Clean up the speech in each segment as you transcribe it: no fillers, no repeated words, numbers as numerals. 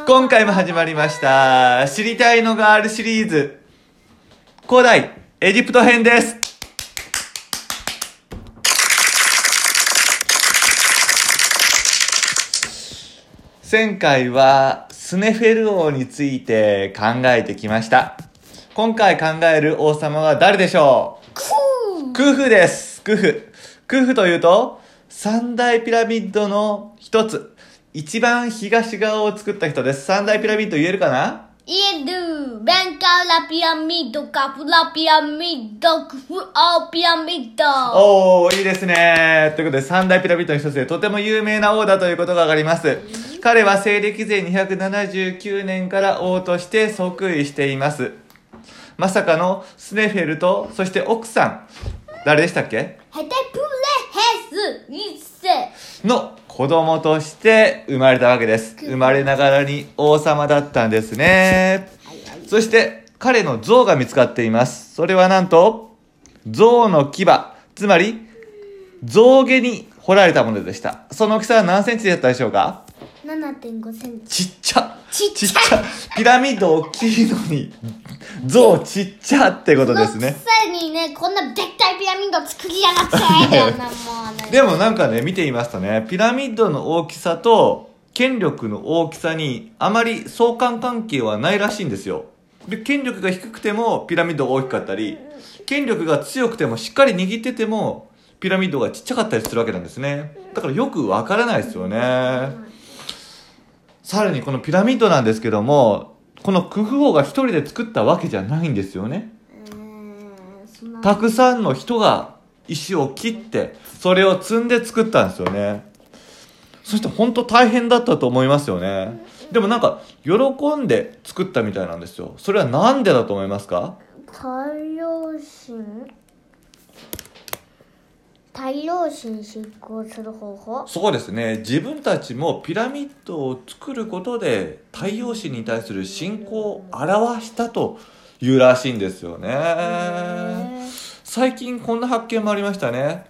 今回も始まりました知りたいのがあるシリーズ古代エジプト編です。前回はスネフェル王について考えてきました。今回考える王様は誰でしょう？クフです。クフというと三大ピラミッドの一つ、一番東側を作った人です。三大ピラミッド言えるかな？ 言える。ベンカラピラミッド、カフラピラミッド、クフ王ピラミッド。 おー、いいですね。ということで三大ピラミッドの一つでとても有名な王だということがわかります。彼は西暦前279年から王として即位しています。まさかのスネフェルと、そして奥さん、誰でしたっけ？ ヘテプレヘス一世の子供として生まれたわけです。生まれながらに王様だったんですね。そして彼の像が見つかっています。それはなんと象の牙、つまり象牙に彫られたものでした。その大きさは何センチだったでしょうか？ 7.5 センチ。 ちっちゃ。ピラミッド大きいのに象ちっちゃってことですね。 そのくせにね、こんなでっかいピラミッド作りやがってでもなんかね、見ていますとね、ピラミッドの大きさと権力の大きさにあまり相関関係はないらしいんですよ。で、権力が低くてもピラミッドが大きかったり、権力が強くてもしっかり握っててもピラミッドがちっちゃかったりするわけなんですね。だからよくわからないですよね。さらにこのピラミッドなんですけども、このクフ王が一人で作ったわけじゃないんですよね。たくさんの人が石を切ってそれを積んで作ったんですよね。そして本当大変だったと思いますよね。でもなんか喜んで作ったみたいなんですよ。それはなんでだと思いますか？ 太陽神執行する方法。 そうですね。自分たちもピラミッドを作ることで太陽神に対する信仰を表したというらしいんですよね。最近こんな発見もありましたね。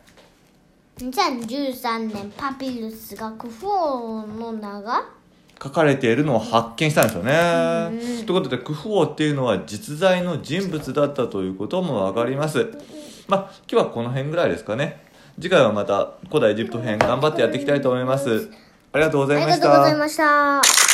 2013年パピルスがクフ王の名が書かれているのを発見したんですよね。ということでクフ王っていうのは実在の人物だったということもわかります。今日はこの辺ぐらいですかね。次回はまた古代エジプト編頑張ってやっていきたいと思います。ありがとうございました。 ありがとうございました。